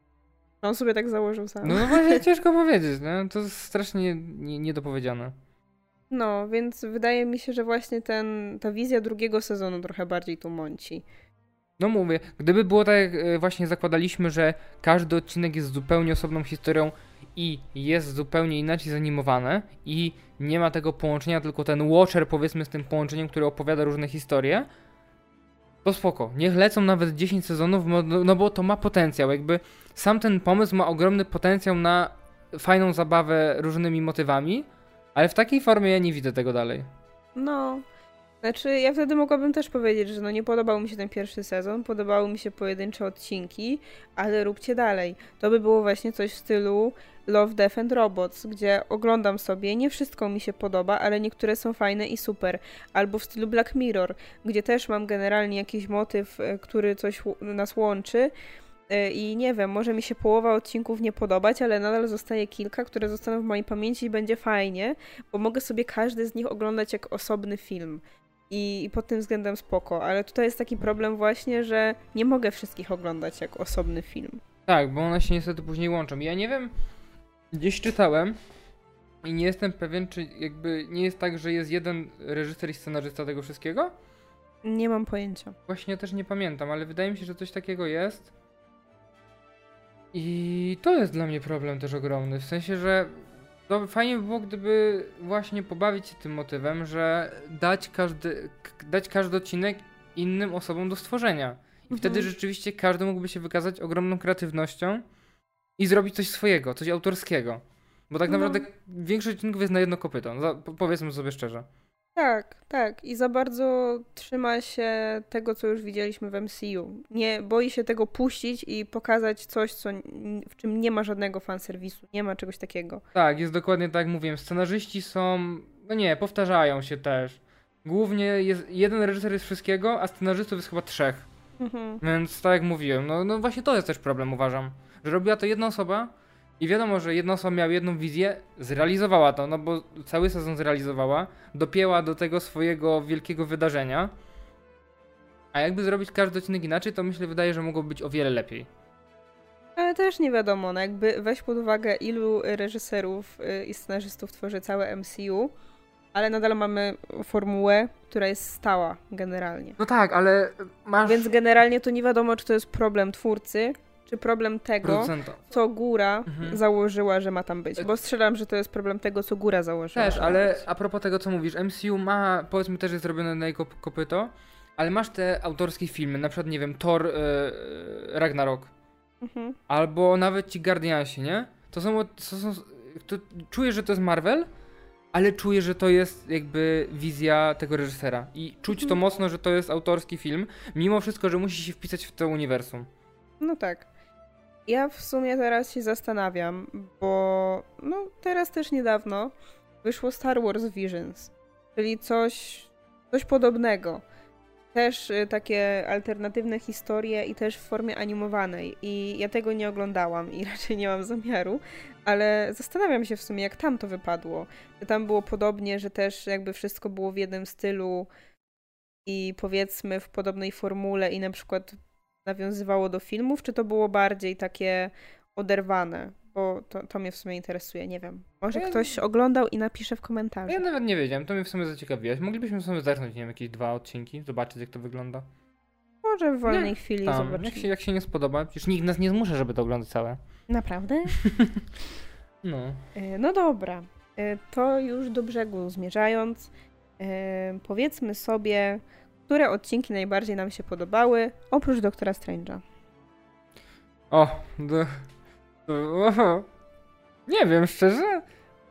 On sobie tak założył sam. No, no właśnie ciężko powiedzieć, nie? To jest strasznie nie, niedopowiedziane. No, więc wydaje mi się, że właśnie ten, ta wizja drugiego sezonu trochę bardziej tu mąci. No mówię, gdyby było tak jak właśnie zakładaliśmy, że każdy odcinek jest zupełnie osobną historią i jest zupełnie inaczej zanimowane i nie ma tego połączenia, tylko ten Watcher powiedzmy z tym połączeniem, który opowiada różne historie, to spoko. Niech lecą nawet dziesięć sezonów, no bo to ma potencjał. Jakby sam ten pomysł ma ogromny potencjał na fajną zabawę różnymi motywami, ale w takiej formie ja nie widzę tego dalej. No, znaczy ja wtedy mogłabym też powiedzieć, że no nie podobał mi się ten pierwszy sezon, podobały mi się pojedyncze odcinki, ale róbcie dalej. To by było właśnie coś w stylu Love, Death and Robots, gdzie oglądam sobie, nie wszystko mi się podoba, ale niektóre są fajne i super. Albo w stylu Black Mirror, gdzie też mam generalnie jakiś motyw, który coś nas łączy i nie wiem, może mi się połowa odcinków nie podobać, ale nadal zostaje kilka, które zostaną w mojej pamięci i będzie fajnie, bo mogę sobie każdy z nich oglądać jak osobny film. I, i pod tym względem spoko, ale tutaj jest taki problem właśnie, że nie mogę wszystkich oglądać jak osobny film. Tak, bo one się niestety później łączą. Ja nie wiem, gdzieś czytałem i nie jestem pewien, czy jakby nie jest tak, że jest jeden reżyser i scenarzysta tego wszystkiego? Nie mam pojęcia. Właśnie też nie pamiętam, ale wydaje mi się, że coś takiego jest. I to jest dla mnie problem też ogromny, w sensie, że to fajnie by było, gdyby właśnie pobawić się tym motywem, że dać każdy, k- dać każdy odcinek innym osobom do stworzenia. I Mhm. wtedy rzeczywiście każdy mógłby się wykazać ogromną kreatywnością i zrobić coś swojego, coś autorskiego. Bo tak No. naprawdę większość odcinków jest na jedno kopyto, za, po- powiedzmy sobie szczerze. Tak, tak. I za bardzo trzyma się tego, co już widzieliśmy w M C U. Nie boi się tego puścić i pokazać coś, co, n- w czym nie ma żadnego fanserwisu. Nie ma czegoś takiego. Tak, jest dokładnie tak jak mówiłem. Scenarzyści są, no nie, powtarzają się też. Głównie jest jeden reżyser jest wszystkiego, a scenarzystów jest chyba trzech. Mhm. Więc tak jak mówiłem, no, no właśnie to jest też problem, uważam. Że robiła to jedna osoba i wiadomo, że jedna osoba miała jedną wizję, zrealizowała to, no bo cały sezon zrealizowała, dopięła do tego swojego wielkiego wydarzenia. A jakby zrobić każdy odcinek inaczej, to myślę, wydaje, że mogłoby być o wiele lepiej. Ale też nie wiadomo, no jakby weź pod uwagę, ilu reżyserów y, i scenarzystów tworzy całe M C U, ale nadal mamy formułę, która jest stała generalnie. No tak, ale masz Więc generalnie to nie wiadomo, czy to jest problem twórcy, czy problem tego, producenta. co góra Mhm. założyła, że ma tam być. Bo strzelam, że to jest problem tego, co góra założyła. Też, że ma ale być. a propos tego, co mówisz, M C U ma, powiedzmy też jest zrobione na jego kopyto, ale masz te autorskie filmy, na przykład, nie wiem, Thor, yy, Ragnarok, Mhm. albo nawet ci Guardiansi, nie? To są, to są to czuję, że to jest Marvel, ale czuję, że to jest jakby wizja tego reżysera i czuć to Mhm. mocno, że to jest autorski film, mimo wszystko, że musi się wpisać w to uniwersum. No tak. Ja w sumie teraz się zastanawiam, bo no teraz też niedawno wyszło Star Wars Visions, czyli coś, coś podobnego. Też y, takie alternatywne historie i też w formie animowanej. I ja tego nie oglądałam i raczej nie mam zamiaru, ale zastanawiam się w sumie, jak tam to wypadło. Czy tam było podobnie, że też jakby wszystko było w jednym stylu i powiedzmy w podobnej formule i na przykład nawiązywało do filmów, czy to było bardziej takie oderwane? Bo to, to mnie w sumie interesuje, nie wiem. Może Ja- ktoś oglądał i napisze w komentarzu. Ja nawet nie wiedziałem, to mnie w sumie zaciekawiłeś. Moglibyśmy sobie zacznąć, nie wiem, jakieś dwa odcinki, zobaczyć jak to wygląda. Może w wolnej nie, chwili tam, zobaczymy. Jak się, jak się nie spodoba, przecież nikt nas nie zmusza, żeby to oglądać całe. Naprawdę? No. No dobra, to już do brzegu zmierzając, powiedzmy sobie, które odcinki najbardziej nam się podobały, oprócz Doktora Strange'a. O, do, do, o, nie wiem, szczerze.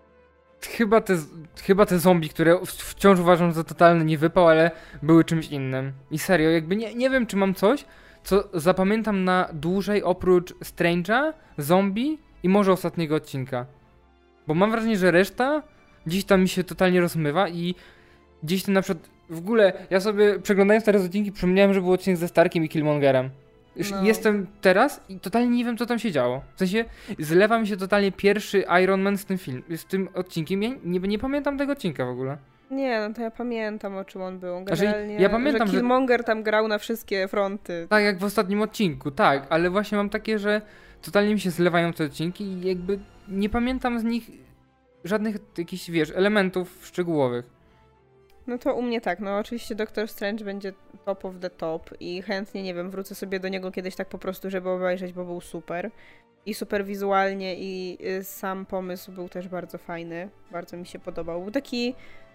Chyba te, chyba te zombie, które wciąż uważam za totalny niewypał, ale były czymś innym. I serio, jakby nie, nie wiem, czy mam coś, co zapamiętam na dłużej oprócz Strange'a, zombie i może ostatniego odcinka. Bo mam wrażenie, że reszta gdzieś tam mi się totalnie rozmywa i gdzieś tam na przykład w ogóle ja sobie przeglądając teraz odcinki przypomniałem, że był odcinek ze Starkiem i Killmongerem. No. Jestem teraz i totalnie nie wiem, co tam się działo. W sensie zlewa mi się totalnie pierwszy Iron Man z tym film, z tym odcinkiem. Ja nie, nie pamiętam tego odcinka w ogóle. Nie, no to ja pamiętam, o czym on był. Generalnie, znaczy, ja pamiętam, że Killmonger że... tam grał na wszystkie fronty. Tak, jak w ostatnim odcinku, tak, ale właśnie mam takie, że totalnie mi się zlewają te odcinki i jakby nie pamiętam z nich żadnych jakichś, wiesz, elementów szczegółowych. No to u mnie tak, no oczywiście Doctor Strange będzie top of the top i chętnie, nie wiem, wrócę sobie do niego kiedyś tak po prostu, żeby obejrzeć, bo był super. I super wizualnie i sam pomysł był też bardzo fajny, bardzo mi się podobał. Był taki,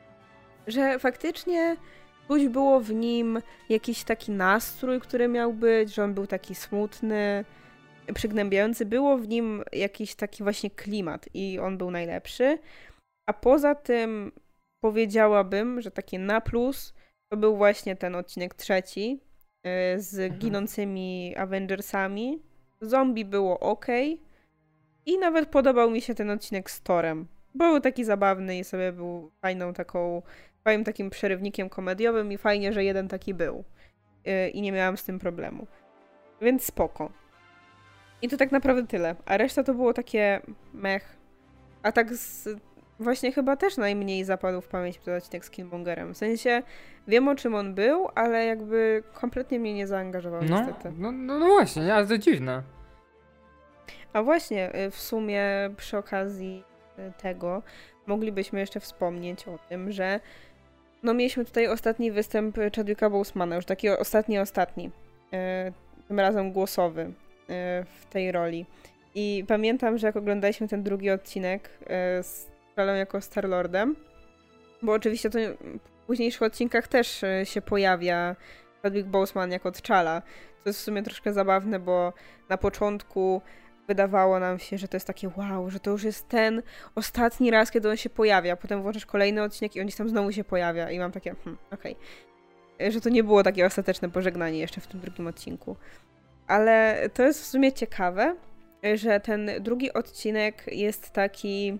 że faktycznie czuć było w nim jakiś taki nastrój, który miał być, że on był taki smutny, przygnębiający. Było w nim jakiś taki właśnie klimat i on był najlepszy. A poza tym powiedziałabym, że takie na plus to był właśnie ten odcinek trzeci z mhm. ginącymi Avengersami. Zombie było ok. I nawet podobał mi się ten odcinek z Thorem. Był taki zabawny i sobie był fajną taką, fajnym takim przerywnikiem komediowym i fajnie, że jeden taki był. I nie miałam z tym problemu. Więc spoko. I to tak naprawdę tyle. A reszta to było takie mech. A tak z... Właśnie chyba też najmniej zapadł w pamięć ten odcinek z Killmongerem. W sensie wiem, o czym on był, ale jakby kompletnie mnie nie zaangażował no, niestety. No, no, no właśnie, nie? Ale to dziwne. A właśnie, w sumie przy okazji tego moglibyśmy jeszcze wspomnieć o tym, że no mieliśmy tutaj ostatni występ Chadwicka Bosemana, już taki ostatni, ostatni. Tym razem głosowy w tej roli. I pamiętam, że jak oglądaliśmy ten drugi odcinek z T'Challą jako Star-Lordem, bo oczywiście to w późniejszych odcinkach też się pojawia Chadwick Boseman jako T'Challa, co jest w sumie troszkę zabawne, bo na początku wydawało nam się, że to jest takie wow, że to już jest ten ostatni raz, kiedy on się pojawia, potem włączasz kolejny odcinek i on gdzieś tam znowu się pojawia i mam takie, hmm, okej, okay. Że to nie było takie ostateczne pożegnanie jeszcze w tym drugim odcinku. Ale to jest w sumie ciekawe, że ten drugi odcinek jest taki...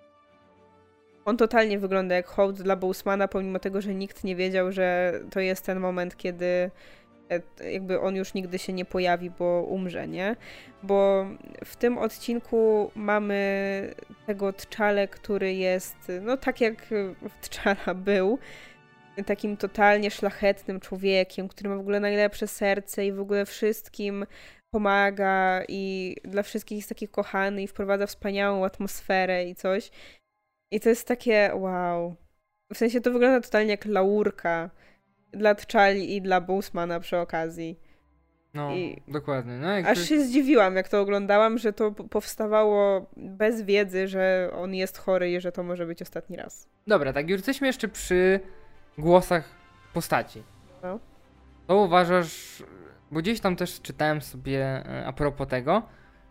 On totalnie wygląda jak hołd dla Bosemana, pomimo tego, że nikt nie wiedział, że to jest ten moment, kiedy jakby on już nigdy się nie pojawi, bo umrze, nie? Bo w tym odcinku mamy tego T'Challę, który jest, no tak jak T'Challa był, takim totalnie szlachetnym człowiekiem, który ma w ogóle najlepsze serce i w ogóle wszystkim pomaga i dla wszystkich jest taki kochany i wprowadza wspaniałą atmosferę i coś. I to jest takie wow. W sensie to wygląda totalnie jak laurka dla T'Challi i dla Bosemana przy okazji. No, I dokładnie. No, jakby... Aż się zdziwiłam, jak to oglądałam, że to powstawało bez wiedzy, że on jest chory i że to może być ostatni raz. Dobra, tak już jesteśmy jeszcze przy głosach postaci. No. To uważasz, bo gdzieś tam też czytałem sobie a propos tego,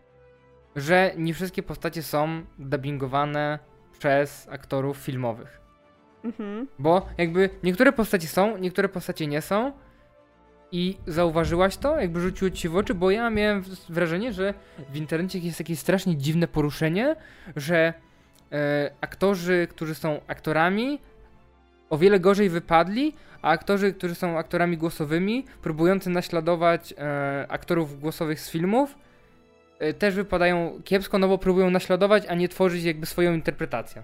że nie wszystkie postacie są dubbingowane przez aktorów filmowych. Mhm. Bo jakby niektóre postacie są, niektóre postacie nie są i zauważyłaś to? Jakby rzuciło ci się w oczy? Bo ja miałem wrażenie, że w internecie jest takie strasznie dziwne poruszenie, że e, aktorzy, którzy są aktorami, o wiele gorzej wypadli, a aktorzy, którzy są aktorami głosowymi, próbujący naśladować e, aktorów głosowych z filmów, e, też wypadają kiepsko, no bo próbują naśladować, a nie tworzyć jakby swoją interpretację.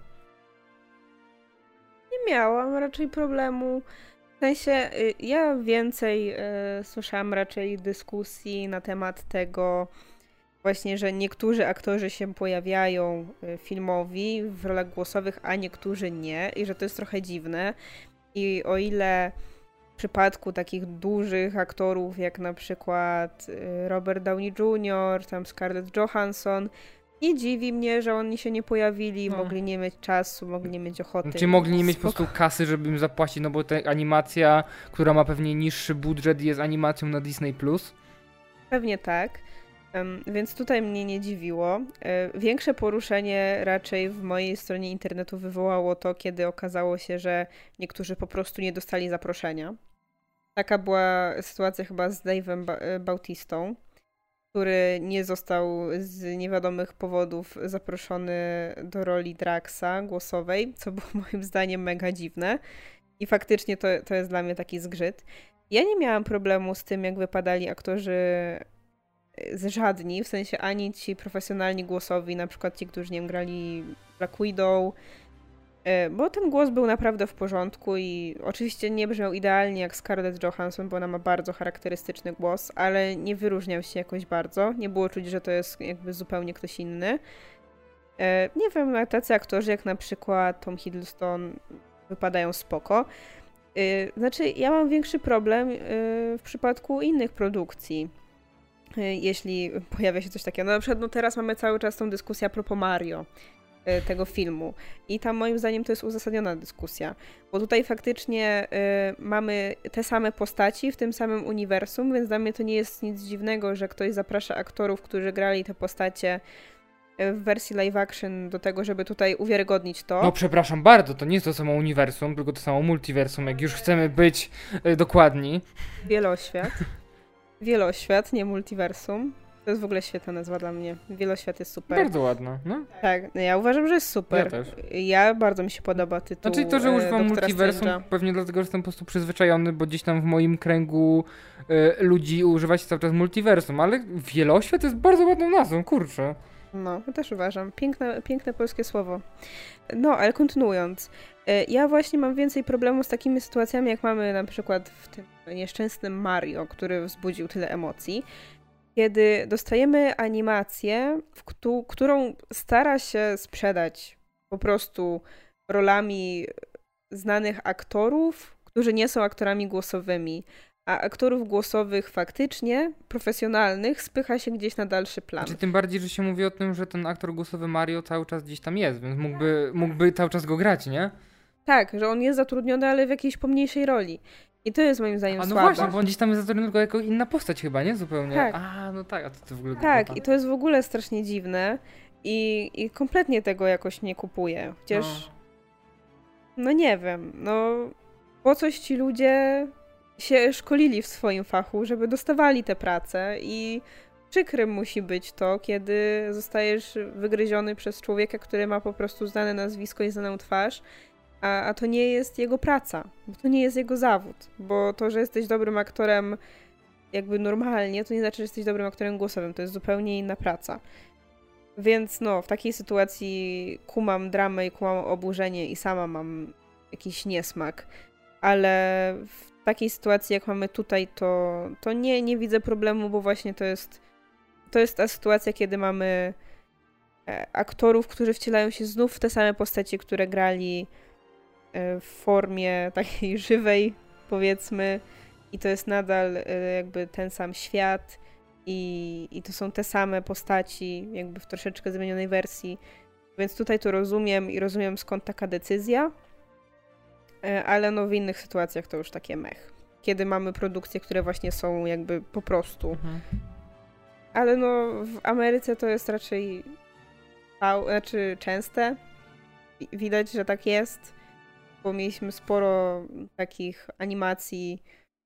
Nie miałam raczej problemu. W sensie, ja więcej y, słyszałam raczej dyskusji na temat tego właśnie, że niektórzy aktorzy się pojawiają filmowi w rolach głosowych, a niektórzy nie i że to jest trochę dziwne. I o ile w przypadku takich dużych aktorów, jak na przykład Robert Downey junior, tam Scarlett Johansson, nie dziwi mnie, że oni się nie pojawili, no. mogli nie mieć czasu, mogli nie mieć ochoty. Czy mogli nie mieć Spoko. po prostu kasy, żeby im zapłacić, no bo ta animacja, która ma pewnie niższy budżet, jest animacją na Disney plus? Pewnie tak. Um, więc tutaj mnie nie dziwiło. E, większe poruszenie raczej w mojej stronie internetu wywołało to, kiedy okazało się, że niektórzy po prostu nie dostali zaproszenia. Taka była sytuacja chyba z Dave'em ba- Bautistą, który nie został z niewiadomych powodów zaproszony do roli Draxa głosowej, co było moim zdaniem mega dziwne. I faktycznie to, to jest dla mnie taki zgrzyt. Ja nie miałam problemu z tym, jak wypadali aktorzy z żadni, w sensie ani ci profesjonalni głosowi, na przykład ci, którzy nie wiem, grali Black Widow, bo ten głos był naprawdę w porządku i oczywiście nie brzmiał idealnie jak Scarlett Johansson, bo ona ma bardzo charakterystyczny głos, ale nie wyróżniał się jakoś bardzo. Nie było czuć, że to jest jakby zupełnie ktoś inny. Nie wiem, tacy aktorzy jak na przykład Tom Hiddleston wypadają spoko. Znaczy, ja mam większy problem w przypadku innych produkcji, jeśli pojawia się coś takiego. No na przykład no teraz mamy cały czas tą dyskusję a propos Mario, tego filmu. I tam moim zdaniem to jest uzasadniona dyskusja, bo tutaj faktycznie y, mamy te same postaci w tym samym uniwersum, więc dla mnie to nie jest nic dziwnego, że ktoś zaprasza aktorów, którzy grali te postacie w wersji live action do tego, żeby tutaj uwiarygodnić to. No przepraszam bardzo, to nie jest to samo uniwersum, tylko to samo multiversum, jak już chcemy być y, dokładni. Wieloświat. Wieloświat, nie multiversum. To jest w ogóle świetna nazwa dla mnie. Wieloświat jest super. Bardzo ładna, no. Tak, ja uważam, że jest super. Ja też. Ja bardzo mi się podoba tytuł. Znaczy to, że używam multiversum, pewnie dlatego, że jestem po prostu przyzwyczajony, bo gdzieś tam w moim kręgu y, ludzi używa się cały czas multiversum, ale wieloświat jest bardzo ładną nazwą, kurczę. No, ja też uważam. Piękne, piękne polskie słowo. No, ale kontynuując. Y, ja właśnie mam więcej problemów z takimi sytuacjami, jak mamy na przykład w tym nieszczęsnym Mario, który wzbudził tyle emocji. Kiedy dostajemy animację, w któ- którą stara się sprzedać po prostu rolami znanych aktorów, którzy nie są aktorami głosowymi, a aktorów głosowych faktycznie, profesjonalnych, spycha się gdzieś na dalszy plan. Znaczy, tym bardziej, że się mówi o tym, że ten aktor głosowy Mario cały czas gdzieś tam jest, więc mógłby, mógłby cały czas go grać, nie? Tak, że on jest zatrudniony, ale w jakiejś pomniejszej roli. I to jest moim zdaniem A no słabe. właśnie, bo on gdzieś tam jest zatrudniony tylko jako inna postać chyba, nie? Zupełnie. Tak. A, no tak, a to, to w ogóle Tak, głupota. i to jest w ogóle strasznie dziwne i, i kompletnie tego jakoś nie kupuję. Chociaż, no. no nie wiem, no po coś ci ludzie się szkolili w swoim fachu, żeby dostawali te prace i przykrym musi być to, kiedy zostajesz wygryziony przez człowieka, który ma po prostu znane nazwisko i znaną twarz, A, a to nie jest jego praca, bo to nie jest jego zawód, bo to, że jesteś dobrym aktorem jakby normalnie, to nie znaczy, że jesteś dobrym aktorem głosowym, to jest zupełnie inna praca. Więc no, w takiej sytuacji kumam dramę i kumam oburzenie i sama mam jakiś niesmak, ale w takiej sytuacji, jak mamy tutaj, to, to nie, nie widzę problemu, bo właśnie to jest, to jest ta sytuacja, kiedy mamy aktorów, którzy wcielają się znów w te same postaci, które grali w formie takiej żywej, powiedzmy, i to jest nadal jakby ten sam świat i, i to są te same postaci, jakby w troszeczkę zmienionej wersji, więc tutaj to rozumiem i rozumiem, skąd taka decyzja, ale no w innych sytuacjach to już takie mech. Kiedy mamy produkcje, które właśnie są jakby po prostu. Mhm. Ale no w Ameryce to jest raczej znaczy częste. Widać, że tak jest. Bo mieliśmy sporo takich animacji,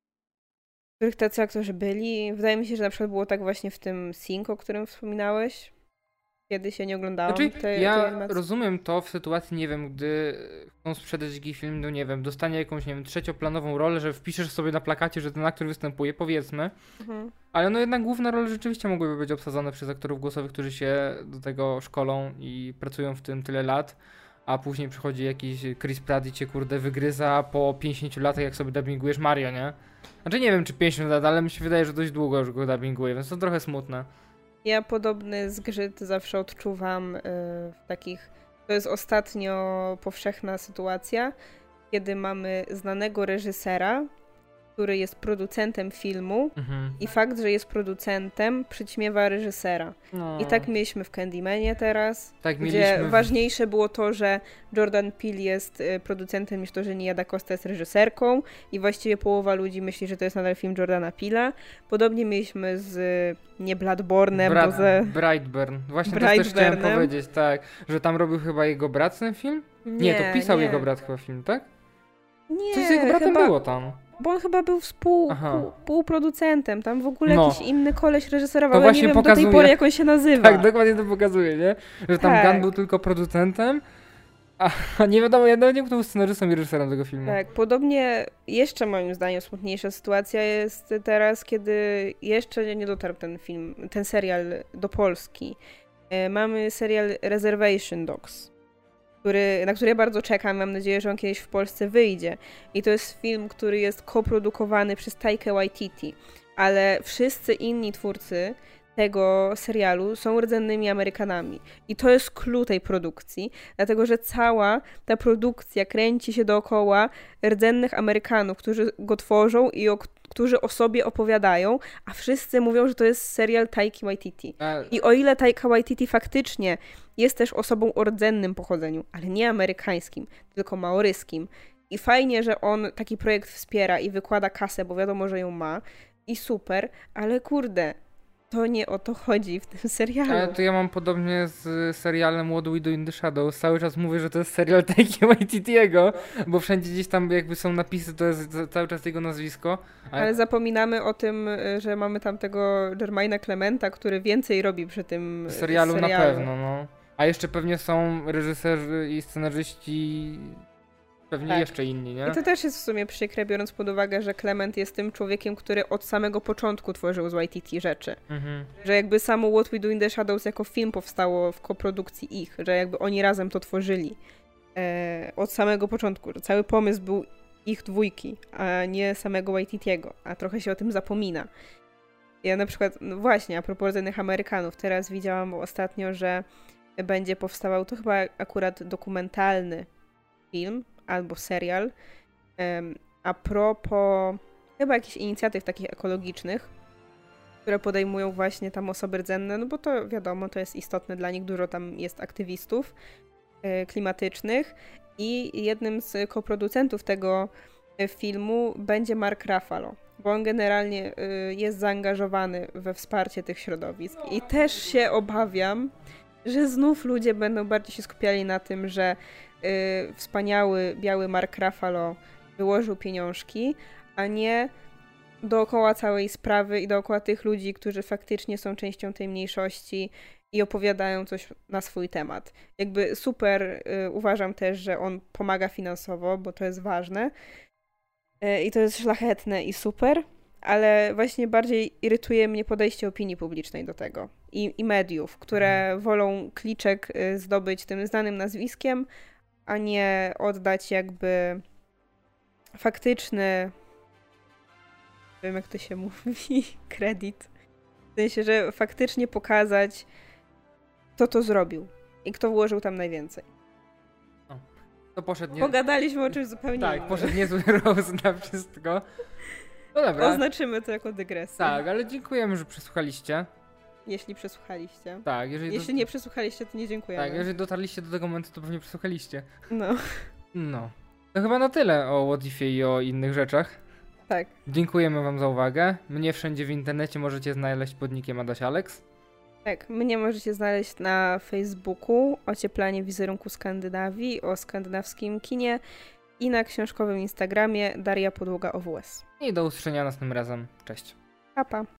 w których tacy aktorzy byli. Wydaje mi się, że na przykład było tak właśnie w tym Sync, o którym wspominałeś. Kiedy się nie oglądałam znaczy, tej, ja tej animacji. rozumiem to w sytuacji, nie wiem, gdy chcą sprzedać jakiś film, no nie wiem, dostanie jakąś, nie wiem, trzecioplanową rolę, że wpiszesz sobie na plakacie, że ten aktor występuje, powiedzmy. Mhm. Ale no jednak główne role rzeczywiście mogłyby być obsadzone przez aktorów głosowych, którzy się do tego szkolą i pracują w tym tyle lat. A później przychodzi jakiś Chris Pratt i cię kurde wygryza po pięćdziesięciu latach, jak sobie dubbingujesz Mario, nie? Znaczy nie wiem, czy pięćdziesiąt lat, ale mi się wydaje, że dość długo już go dubbinguje, więc to trochę smutne. Ja podobny zgrzyt zawsze odczuwam yy, w takich... To jest ostatnio powszechna sytuacja, kiedy mamy znanego reżysera który jest producentem filmu Mhm. i fakt, że jest producentem, przyćmiewa reżysera. No. I tak mieliśmy w Candymanie teraz, Tak gdzie mieliśmy w- ważniejsze było to, że Jordan Peele jest y, producentem niż to, że Nia Da Costa jest reżyserką i właściwie połowa ludzi myśli, że to jest nadal film Jordana Peela. Podobnie mieliśmy z y, nie Bloodborne'em, Brat, bo ze... Brightburn. Właśnie to też chciałem Brightburnem. powiedzieć, tak. Że tam robił chyba jego brat ten film? Nie, to pisał nie. jego brat chyba film, tak? Nie, Coś z jego bratem chyba, było tam. bo on chyba był współ, Aha. pół, półproducentem, tam w ogóle No. jakiś inny koleś reżyserował, To ale nie właśnie wiem do pokazuje- tej pory jak on się nazywa. Tak, dokładnie to pokazuje, nie? Że tam Tak. Gunn był tylko producentem, a a nie wiadomo, ja nawet nie wiem, kto był scenarzystą i reżyserem tego filmu. Tak, podobnie jeszcze moim zdaniem smutniejsza sytuacja jest teraz, kiedy jeszcze nie dotarł ten film, ten serial do Polski. E, Mamy serial Reservation Dogs, który, na który ja bardzo czekam, mam nadzieję, że on kiedyś w Polsce wyjdzie. I to jest film, który jest koprodukowany przez Taikę Waititi, ale wszyscy inni twórcy tego serialu są rdzennymi Amerykanami. I to jest clue tej produkcji, dlatego że cała ta produkcja kręci się dookoła rdzennych Amerykanów, którzy go tworzą i o, którzy o sobie opowiadają, a wszyscy mówią, że to jest serial Taiki Waititi. A, I o ile Taika Waititi faktycznie jest też osobą o rdzennym pochodzeniu, ale nie amerykańskim, tylko maoryskim. I fajnie, że on taki projekt wspiera i wykłada kasę, bo wiadomo, że ją ma. I super, ale kurde, to nie o to chodzi w tym serialu. ale to ja mam podobnie z serialem What We Do in the Shadows. Cały czas mówię, że to jest serial Taiki Waititiego, bo wszędzie gdzieś tam jakby są napisy, to jest za- cały czas jego nazwisko. Ale, Ale zapominamy o tym, y, że mamy tam tego Jermaina Clementa, który więcej robi przy tym y, serialu, serialu. na pewno, no. A jeszcze pewnie są reżyserzy i scenarzyści, pewnie Tak. jeszcze inni, nie? I to też jest w sumie przykre, biorąc pod uwagę, że Clement jest tym człowiekiem, który od samego początku tworzył z Waititi rzeczy. Mhm. Że jakby samo What We Do in the Shadows jako film powstało w koprodukcji ich, że jakby oni razem to tworzyli e, od samego początku, że cały pomysł był ich dwójki, a nie samego Waititiego, a trochę się o tym zapomina. Ja na przykład, no właśnie, a propos rdzennych Amerykanów, teraz widziałam ostatnio, że będzie powstawał, to chyba akurat dokumentalny film albo serial, em, a propos chyba jakichś inicjatyw takich ekologicznych, które podejmują właśnie tam osoby rdzenne, no bo to wiadomo, to jest istotne dla nich, dużo tam jest aktywistów e, klimatycznych i jednym z koproducentów tego e, filmu będzie Mark Ruffalo, bo on generalnie e, jest zaangażowany we wsparcie tych środowisk i też się obawiam, że znów ludzie będą bardziej się skupiali na tym, że y, wspaniały, biały Mark Ruffalo wyłożył pieniążki, a nie dookoła całej sprawy i dookoła tych ludzi, którzy faktycznie są częścią tej mniejszości i opowiadają coś na swój temat. Jakby super y, uważam też, że on pomaga finansowo, bo to jest ważne y, i to jest szlachetne i super, ale właśnie bardziej irytuje mnie podejście opinii publicznej do tego i, i mediów, które wolą kliczek y, zdobyć tym znanym nazwiskiem, a nie oddać jakby faktyczny, nie wiem jak to się mówi, kredyt. W sensie, że faktycznie pokazać, kto to zrobił i kto włożył tam najwięcej. To poszedł nie... Pogadaliśmy o czymś zupełnie Tak, innym. poszedł niezły roast na wszystko. No dobra. Oznaczymy to jako dygresję. Tak, ale dziękujemy, że przesłuchaliście. Jeśli przesłuchaliście. Tak, jeżeli... Jeśli do... nie przesłuchaliście, to nie dziękujemy. Tak, jeżeli dotarliście do tego momentu, to pewnie przesłuchaliście. No, No. To chyba na tyle o Łotifie i o innych rzeczach. tak. Dziękujemy wam za uwagę. Mnie wszędzie w internecie możecie znaleźć pod nickiem Adaś Alex. Tak, mnie możecie znaleźć na Facebooku Ocieplanie wizerunku Skandynawii o skandynawskim kinie i na książkowym Instagramie Daria Podłoga O W S. I do usłyszenia następnym razem. Cześć. Pa, pa.